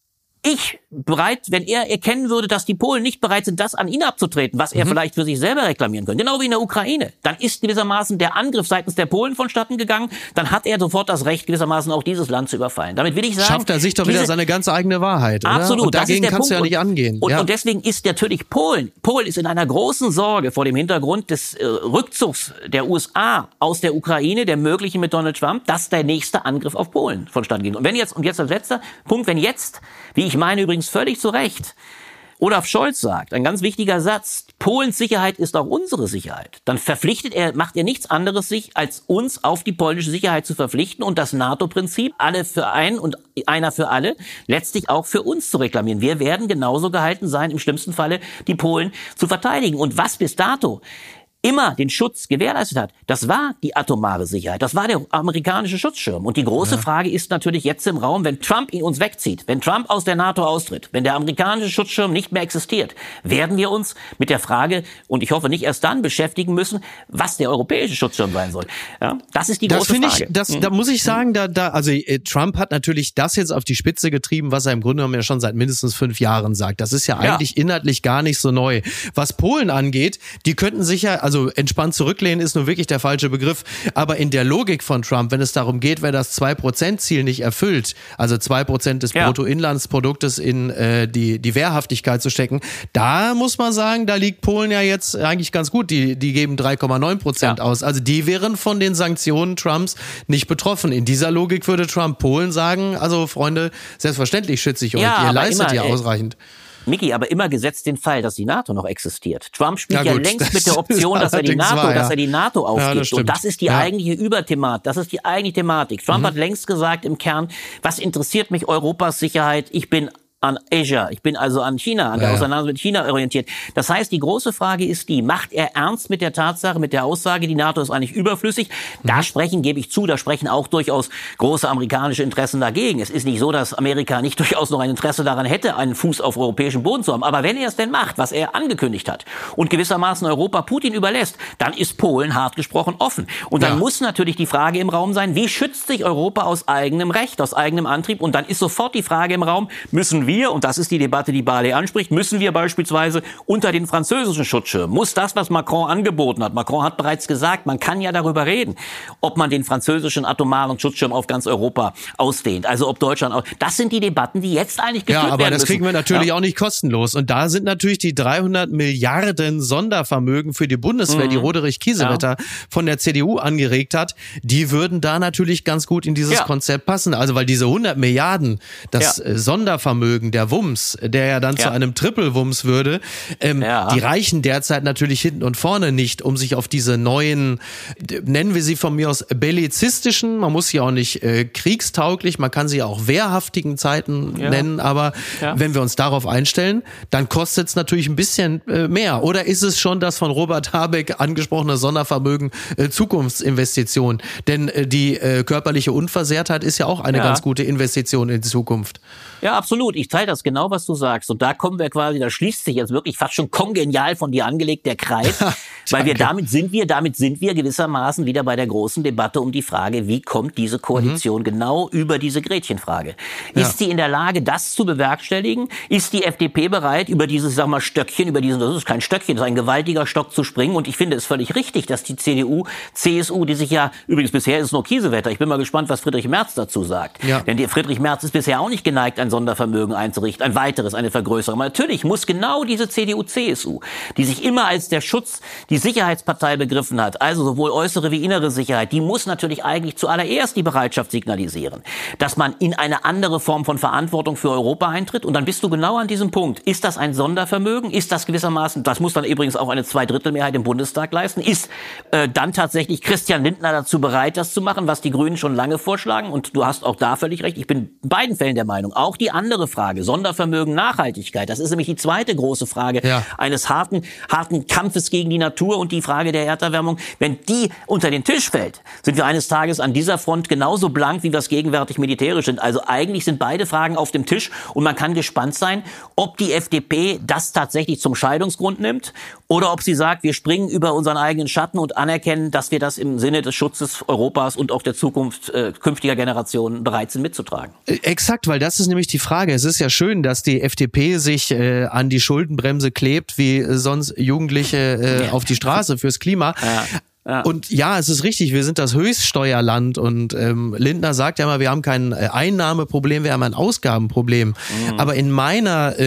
er erkennen würde, dass die Polen nicht bereit sind, das an ihn abzutreten, was er vielleicht für sich selber reklamieren könnte, genau wie in der Ukraine, dann ist gewissermaßen der Angriff seitens der Polen vonstatten gegangen, dann hat er sofort das Recht, gewissermaßen auch dieses Land zu überfallen. Damit will ich sagen... Schafft er sich doch wieder seine ganz eigene Wahrheit, oder? Absolut. Und dagegen kannst du ja nicht angehen. Und deswegen ist natürlich Polen ist in einer großen Sorge vor dem Hintergrund des Rückzugs der USA aus der Ukraine, der möglichen mit Donald Trump, dass der nächste Angriff auf Polen vonstatten ging. Und jetzt als letzter Punkt, wenn jetzt, wie ich meine übrigens völlig zu Recht, Olaf Scholz sagt, ein ganz wichtiger Satz, Polens Sicherheit ist auch unsere Sicherheit, dann macht er nichts anderes sich, als uns auf die polnische Sicherheit zu verpflichten und das NATO-Prinzip, alle für einen und einer für alle, letztlich auch für uns zu reklamieren. Wir werden genauso gehalten sein, im schlimmsten Falle die Polen zu verteidigen. Und was bis dato immer den Schutz gewährleistet hat, das war die atomare Sicherheit, das war der amerikanische Schutzschirm. Und die große Frage ist natürlich jetzt im Raum, wenn Trump ihn uns wegzieht, wenn Trump aus der NATO austritt, wenn der amerikanische Schutzschirm nicht mehr existiert, werden wir uns mit der Frage, und ich hoffe nicht erst dann, beschäftigen müssen, was der europäische Schutzschirm sein soll. Ja, das ist die große Frage. Da muss ich sagen, also Trump hat natürlich das jetzt auf die Spitze getrieben, was er im Grunde genommen ja schon seit mindestens 5 Jahren sagt. Das ist ja eigentlich inhaltlich gar nicht so neu. Was Polen angeht, die könnten sich ja, also entspannt zurücklehnen ist nur wirklich der falsche Begriff, aber in der Logik von Trump, wenn es darum geht, wer das 2%-Ziel nicht erfüllt, also 2% des Bruttoinlandsproduktes in die Wehrhaftigkeit zu stecken, da muss man sagen, da liegt Polen ja jetzt eigentlich ganz gut, die geben 3,9% aus, also die wären von den Sanktionen Trumps nicht betroffen. In dieser Logik würde Trump Polen sagen, also Freunde, selbstverständlich schütze ich euch, ihr leistet ja ausreichend. Micky, aber immer gesetzt den Fall, dass die NATO noch existiert. Trump spielt längst mit der Option, dass er die NATO aufgibt. Und das ist die eigentliche Überthematik. Das ist die eigentliche Thematik. Trump hat längst gesagt im Kern, was interessiert mich Europas Sicherheit? Ich bin an Asia. Ich bin also an China, an der Auseinandersetzung mit China orientiert. Das heißt, die große Frage ist macht er ernst mit der Tatsache, mit der Aussage, die NATO ist eigentlich überflüssig? Da gebe ich zu, da sprechen auch durchaus große amerikanische Interessen dagegen. Es ist nicht so, dass Amerika nicht durchaus noch ein Interesse daran hätte, einen Fuß auf europäischem Boden zu haben. Aber wenn er es denn macht, was er angekündigt hat und gewissermaßen Europa Putin überlässt, dann ist Polen hart gesprochen offen. Und dann muss natürlich die Frage im Raum sein, wie schützt sich Europa aus eigenem Recht, aus eigenem Antrieb? Und dann ist sofort die Frage im Raum, müssen wir, und das ist die Debatte, die Barley anspricht, müssen wir beispielsweise unter den französischen Schutzschirm, muss das, was Macron angeboten hat, Macron hat bereits gesagt, man kann ja darüber reden, ob man den französischen atomaren Schutzschirm auf ganz Europa ausdehnt, also ob Deutschland auch, das sind die Debatten, die jetzt eigentlich geführt werden müssen. Ja, aber das kriegen wir natürlich auch nicht kostenlos und da sind natürlich die 300 Milliarden Sondervermögen für die Bundeswehr, die Roderich Kiesewetter von der CDU angeregt hat, die würden da natürlich ganz gut in dieses Konzept passen, also weil diese 100 Milliarden, das Sondervermögen, der Wumms, der ja dann zu einem Triple-Wumms würde, die reichen derzeit natürlich hinten und vorne nicht, um sich auf diese neuen, nennen wir sie von mir aus bellizistischen, man muss sie auch nicht kriegstauglich, man kann sie auch wehrhaftigen Zeiten nennen, aber wenn wir uns darauf einstellen, dann kostet es natürlich ein bisschen mehr. Oder ist es schon das von Robert Habeck angesprochene Sondervermögen Zukunftsinvestition? Denn die körperliche Unversehrtheit ist ja auch eine ganz gute Investition in die Zukunft. Ja, absolut. Ich teile das genau, was du sagst. Und da kommen wir quasi, da schließt sich jetzt wirklich fast schon kongenial von dir angelegt der Kreis. Weil damit sind wir gewissermaßen wieder bei der großen Debatte um die Frage, wie kommt diese Koalition genau über diese Gretchenfrage? Ist sie in der Lage, das zu bewerkstelligen? Ist die FDP bereit, über dieses, Stöckchen, das ist kein Stöckchen, das ist ein gewaltiger Stock zu springen? Und ich finde es völlig richtig, dass die CDU, CSU, die sich ja, übrigens bisher ist es nur Kiesewetter, ich bin mal gespannt, was Friedrich Merz dazu sagt. Ja. Denn Friedrich Merz ist bisher auch nicht geneigt, ein Sondervermögen einzurichten, ein weiteres, eine Vergrößerung. Aber natürlich muss genau diese CDU, CSU, die sich immer als der Schutz, die Sicherheitspartei begriffen hat, also sowohl äußere wie innere Sicherheit, die muss natürlich eigentlich zuallererst die Bereitschaft signalisieren, dass man in eine andere Form von Verantwortung für Europa eintritt. Und dann bist du genau an diesem Punkt. Ist das ein Sondervermögen? Ist das gewissermaßen, das muss dann übrigens auch eine Zweidrittelmehrheit im Bundestag leisten, ist dann tatsächlich Christian Lindner dazu bereit, das zu machen, was die Grünen schon lange vorschlagen? Und du hast auch da völlig recht. Ich bin in beiden Fällen der Meinung. Auch die andere Frage, Sondervermögen, Nachhaltigkeit, das ist nämlich die zweite große Frage eines harten Kampfes gegen die Natur und die Frage der Erderwärmung. Wenn die unter den Tisch fällt, sind wir eines Tages an dieser Front genauso blank, wie wir es gegenwärtig militärisch sind. Also eigentlich sind beide Fragen auf dem Tisch und man kann gespannt sein, ob die FDP das tatsächlich zum Scheidungsgrund nimmt oder ob sie sagt, wir springen über unseren eigenen Schatten und anerkennen, dass wir das im Sinne des Schutzes Europas und auch der Zukunft künftiger Generationen bereit sind mitzutragen. Exakt, weil das ist nämlich die Frage. Es ist ja schön, dass die FDP sich an die Schuldenbremse klebt, wie sonst Jugendliche auf die Straße fürs Klima. Ja. Ja. Und ja, es ist richtig, wir sind das Höchststeuerland und Lindner sagt ja immer, wir haben kein Einnahmeproblem, wir haben ein Ausgabenproblem. Aber in meiner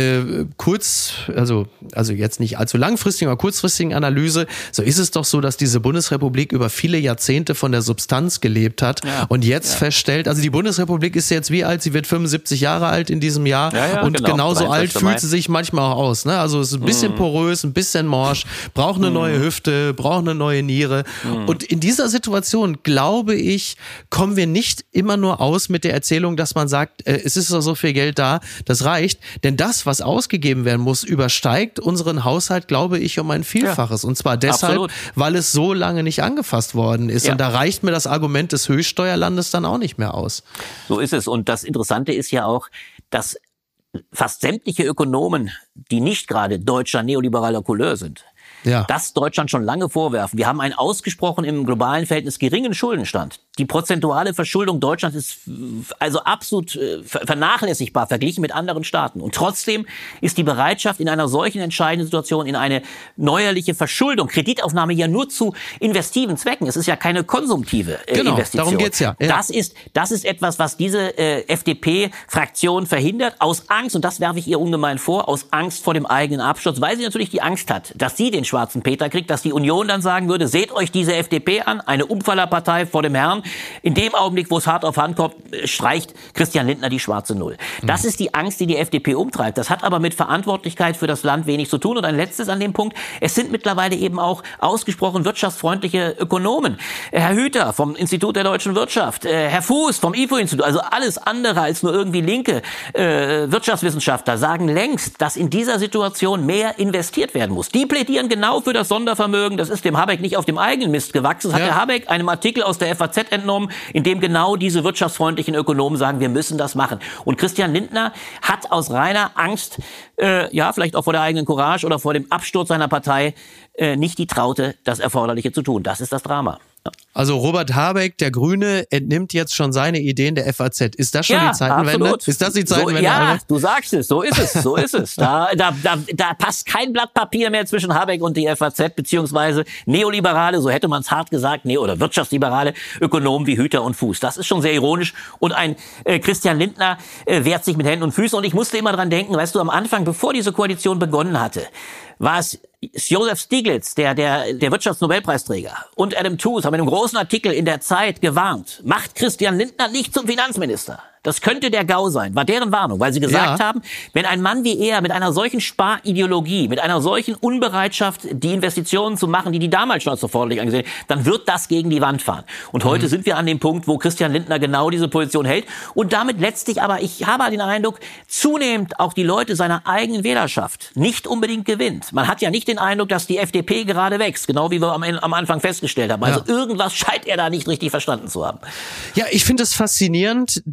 also jetzt nicht allzu langfristigen, aber kurzfristigen Analyse, so ist es doch so, dass diese Bundesrepublik über viele Jahrzehnte von der Substanz gelebt hat und jetzt feststellt, also die Bundesrepublik ist jetzt wie alt, sie wird 75 Jahre alt in diesem Jahr und genauso alt fühlt sie sich manchmal auch aus. Ne? Also es ist ein bisschen porös, ein bisschen morsch, braucht eine neue Hüfte, braucht eine neue Niere. Und in dieser Situation, glaube ich, kommen wir nicht immer nur aus mit der Erzählung, dass man sagt, es ist doch so viel Geld da, das reicht. Denn das, was ausgegeben werden muss, übersteigt unseren Haushalt, glaube ich, um ein Vielfaches. Und zwar deshalb, weil es so lange nicht angefasst worden ist. Und da reicht mir das Argument des Höchststeuerlandes dann auch nicht mehr aus. So ist es. Und das Interessante ist ja auch, dass fast sämtliche Ökonomen, die nicht gerade deutscher neoliberaler Couleur sind, das Deutschland schon lange vorwerfen. Wir haben einen ausgesprochen im globalen Verhältnis geringen Schuldenstand. Die prozentuale Verschuldung Deutschlands ist also absolut vernachlässigbar verglichen mit anderen Staaten. Und trotzdem ist die Bereitschaft in einer solchen entscheidenden Situation in eine neuerliche Verschuldung, Kreditaufnahme ja nur zu investiven Zwecken. Es ist ja keine konsumtive Investition. Darum geht's ja. Das ist etwas, was diese FDP-Fraktion verhindert, aus Angst, und das werfe ich ihr ungemein vor, aus Angst vor dem eigenen Absturz, weil sie natürlich die Angst hat, dass sie den schwarzen Peter kriegt, dass die Union dann sagen würde, seht euch diese FDP an, eine Umfallerpartei vor dem Herrn. In dem Augenblick, wo es hart auf Hand kommt, streicht Christian Lindner die schwarze Null. Das ist die Angst, die die FDP umtreibt. Das hat aber mit Verantwortlichkeit für das Land wenig zu tun. Und ein letztes an dem Punkt, es sind mittlerweile eben auch ausgesprochen wirtschaftsfreundliche Ökonomen. Herr Hüter vom Institut der deutschen Wirtschaft, Herr Fuß vom IFO-Institut, also alles andere als nur irgendwie linke Wirtschaftswissenschaftler sagen längst, dass in dieser Situation mehr investiert werden muss. Die plädieren genau für das Sondervermögen. Das ist dem Habeck nicht auf dem eigenen Mist gewachsen. Das hat der Habeck einem Artikel aus der FAZ entnommen, in dem genau diese wirtschaftsfreundlichen Ökonomen sagen, wir müssen das machen. Und Christian Lindner hat aus reiner Angst, vielleicht auch vor der eigenen Courage oder vor dem Absturz seiner Partei, nicht die Traute, das Erforderliche zu tun. Das ist das Drama. Also Robert Habeck, der Grüne, entnimmt jetzt schon seine Ideen der FAZ. Ist das schon die Zeitenwende? Absolut. Ist das die Zeitenwende? Ja, du sagst es, so ist es. Da passt kein Blatt Papier mehr zwischen Habeck und die FAZ, beziehungsweise Neoliberale, so hätte man es hart gesagt, oder wirtschaftsliberale Ökonomen wie Hüter und Fuß. Das ist schon sehr ironisch. Und ein Christian Lindner wehrt sich mit Händen und Füßen. Und ich musste immer dran denken, weißt du, am Anfang, bevor diese Koalition begonnen hatte, war es Joseph Stiglitz, der Wirtschaftsnobelpreisträger, und Adam Tooze haben in einem großen Artikel in der Zeit gewarnt, macht Christian Lindner nicht zum Finanzminister. Das könnte der GAU sein, war deren Warnung, weil sie gesagt haben, wenn ein Mann wie er mit einer solchen Sparideologie, mit einer solchen Unbereitschaft, die Investitionen zu machen, die damals schon als erforderlich angesehen, dann wird das gegen die Wand fahren. Und heute sind wir an dem Punkt, wo Christian Lindner genau diese Position hält und damit letztlich aber, ich habe den Eindruck, zunehmend auch die Leute seiner eigenen Wählerschaft nicht unbedingt gewinnt. Man hat ja nicht den Eindruck, dass die FDP gerade wächst, genau wie wir am Anfang festgestellt haben. Also irgendwas scheint er da nicht richtig verstanden zu haben. Ja, ich finde es faszinierend, dass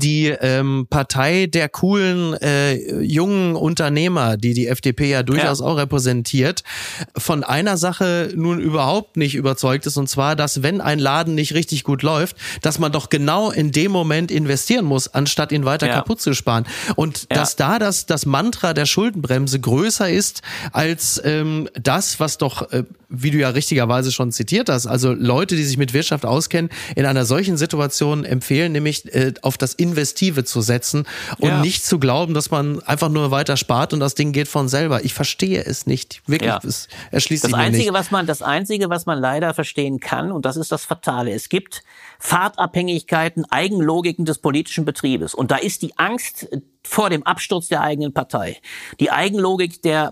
die Partei der coolen jungen Unternehmer, die FDP ja durchaus auch repräsentiert, von einer Sache nun überhaupt nicht überzeugt ist, und zwar, dass wenn ein Laden nicht richtig gut läuft, dass man doch genau in dem Moment investieren muss, anstatt ihn weiter kaputt zu sparen. Und dass da das Mantra der Schuldenbremse größer ist als das, was doch, wie du ja richtigerweise schon zitiert hast, also Leute, die sich mit Wirtschaft auskennen, in einer solchen Situation empfehlen, nämlich auf das Investive zu setzen und nicht zu glauben, dass man einfach nur weiter spart und das Ding geht von selber. Ich verstehe es nicht. Wirklich, es erschließt sich mir nicht. Das Einzige, was man leider verstehen kann, und das ist das Fatale, es gibt Fahrtabhängigkeiten, Eigenlogiken des politischen Betriebes. Und da ist die Angst vor dem Absturz der eigenen Partei, die Eigenlogik der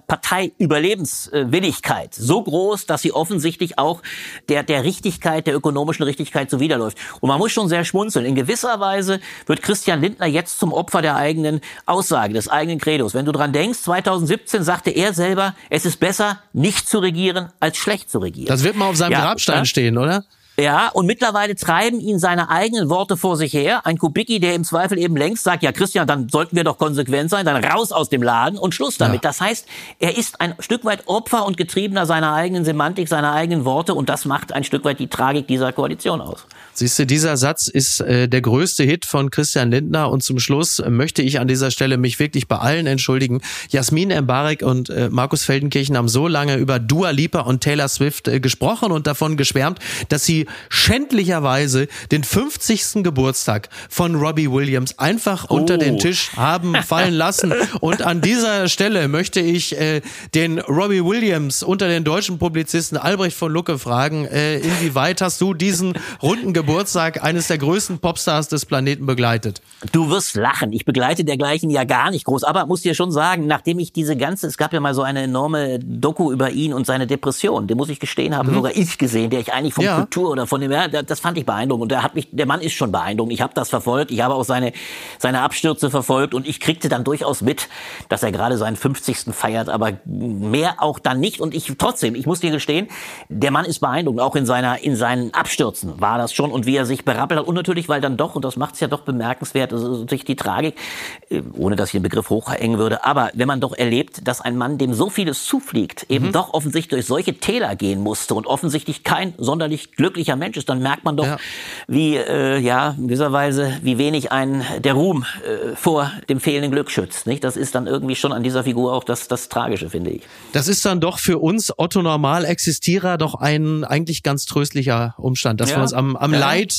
Parteiüberlebenswilligkeit so groß, dass sie offensichtlich auch der Richtigkeit, der ökonomischen Richtigkeit zuwiderläuft. Und man muss schon sehr schmunzeln. In gewisser Weise wird Christian Lindner jetzt zum Opfer der eigenen Aussage, des eigenen Credos. Wenn du dran denkst, 2017 sagte er selber, es ist besser, nicht zu regieren, als schlecht zu regieren. Das wird mal auf seinem Grabstein stehen, oder? Ja, und mittlerweile treiben ihn seine eigenen Worte vor sich her. Ein Kubicki, der im Zweifel eben längst sagt, ja Christian, dann sollten wir doch konsequent sein, dann raus aus dem Laden und Schluss damit. Ja. Das heißt, er ist ein Stück weit Opfer und Getriebener seiner eigenen Semantik, seiner eigenen Worte, und das macht ein Stück weit die Tragik dieser Koalition aus. Siehst du, dieser Satz ist der größte Hit von Christian Lindner, und zum Schluss möchte ich an dieser Stelle mich wirklich bei allen entschuldigen. Jasmin Embarek und Markus Feldenkirchen haben so lange über Dua Lipa und Taylor Swift gesprochen und davon geschwärmt, dass sie schändlicherweise den 50. Geburtstag von Robbie Williams einfach unter den Tisch haben fallen lassen. Und an dieser Stelle möchte ich den Robbie Williams unter den deutschen Publizisten Albrecht von Lucke fragen, inwieweit hast du diesen runden Geburtstag eines der größten Popstars des Planeten begleitet? Du wirst lachen. Ich begleite dergleichen ja gar nicht groß. Aber muss dir schon sagen, nachdem ich es gab ja mal so eine enorme Doku über ihn und seine Depression, den muss ich gestehen, habe sogar ich gesehen, der ich eigentlich vom Kultur oder von dem, das fand ich beeindruckend. Und der Mann ist schon beeindruckend. Ich habe das verfolgt. Ich habe auch seine Abstürze verfolgt, und ich kriegte dann durchaus mit, dass er gerade seinen 50. feiert, aber mehr auch dann nicht. Und ich muss dir gestehen, der Mann ist beeindruckend. Auch in seinen Abstürzen war das schon, und wie er sich berappelt hat. Und natürlich, weil dann doch, und das macht es ja doch bemerkenswert, das ist natürlich die Tragik, ohne dass ich den Begriff hochhängen würde, aber wenn man doch erlebt, dass ein Mann, dem so vieles zufliegt, eben doch offensichtlich durch solche Täler gehen musste und offensichtlich kein sonderlich glücklicher Mensch ist, dann merkt man doch, wie, in gewisser Weise, wie wenig der Ruhm vor dem fehlenden Glück schützt. Nicht? Das ist dann irgendwie schon an dieser Figur auch das Tragische, finde ich. Das ist dann doch für uns Otto-Normal-Existierer doch ein eigentlich ganz tröstlicher Umstand, dass wir uns am Leid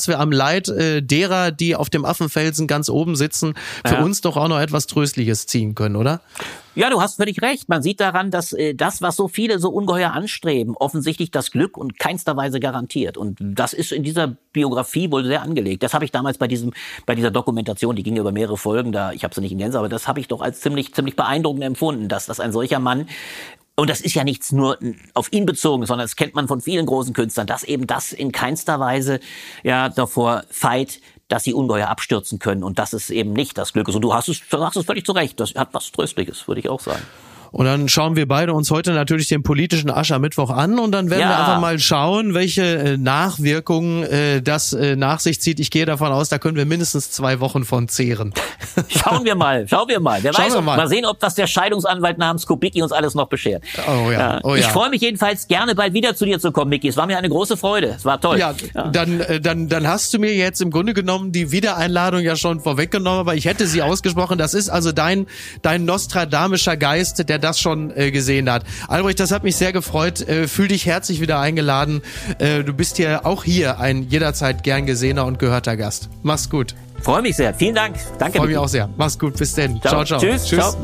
derer, die auf dem Affenfelsen ganz oben sitzen, für uns doch auch noch etwas Tröstliches ziehen können, oder? Ja, du hast völlig recht. Man sieht daran, dass das, was so viele so ungeheuer anstreben, offensichtlich das Glück in keinster Weise garantiert. Und das ist in dieser Biografie wohl sehr angelegt. Das habe ich damals bei dieser Dokumentation, die ging über mehrere Folgen, ich habe sie nicht in Gänze, aber das habe ich doch als ziemlich beeindruckend empfunden, dass ein solcher Mann, und das ist ja nichts nur auf ihn bezogen, sondern das kennt man von vielen großen Künstlern, dass eben das in keinster Weise davor feit, dass sie ungeheuer abstürzen können, und das ist eben nicht das Glück ist. Und du sagst es völlig zu Recht. Das hat was Tröstliches, würde ich auch sagen. Und dann schauen wir beide uns heute natürlich den politischen Aschermittwoch an, und dann werden wir einfach mal schauen, welche Nachwirkungen das nach sich zieht. Ich gehe davon aus, da können wir mindestens 2 Wochen von zehren. Schauen wir mal. Wer weiß, mal sehen, ob das der Scheidungsanwalt namens Kubicki uns alles noch beschert. Ich freue mich jedenfalls, gerne bald wieder zu dir zu kommen, Micky. Es war mir eine große Freude. Es war toll. Dann hast du mir jetzt im Grunde genommen die Wiedereinladung ja schon vorweggenommen, aber ich hätte sie ausgesprochen. Das ist also dein nostradamischer Geist, der das schon gesehen hat. Albrecht, das hat mich sehr gefreut. Fühl dich herzlich wieder eingeladen. Du bist ja auch hier ein jederzeit gern gesehener und gehörter Gast. Mach's gut. Freue mich sehr. Vielen Dank. Danke. Freue mich auch sehr. Mach's gut. Bis denn. Ciao. Tschüss. Ciao.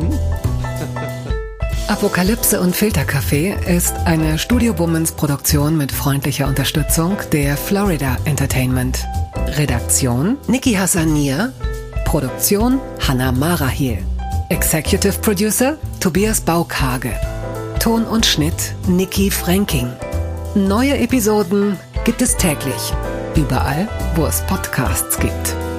Apokalypse und Filterkaffee ist eine Studio Bummens Produktion mit freundlicher Unterstützung der Florida Entertainment. Redaktion Niki Hassanier. Produktion Hanna Marahiel. Executive Producer Tobias Baukage. Ton und Schnitt Niki Fränking. Neue Episoden gibt es täglich. Überall, wo es Podcasts gibt.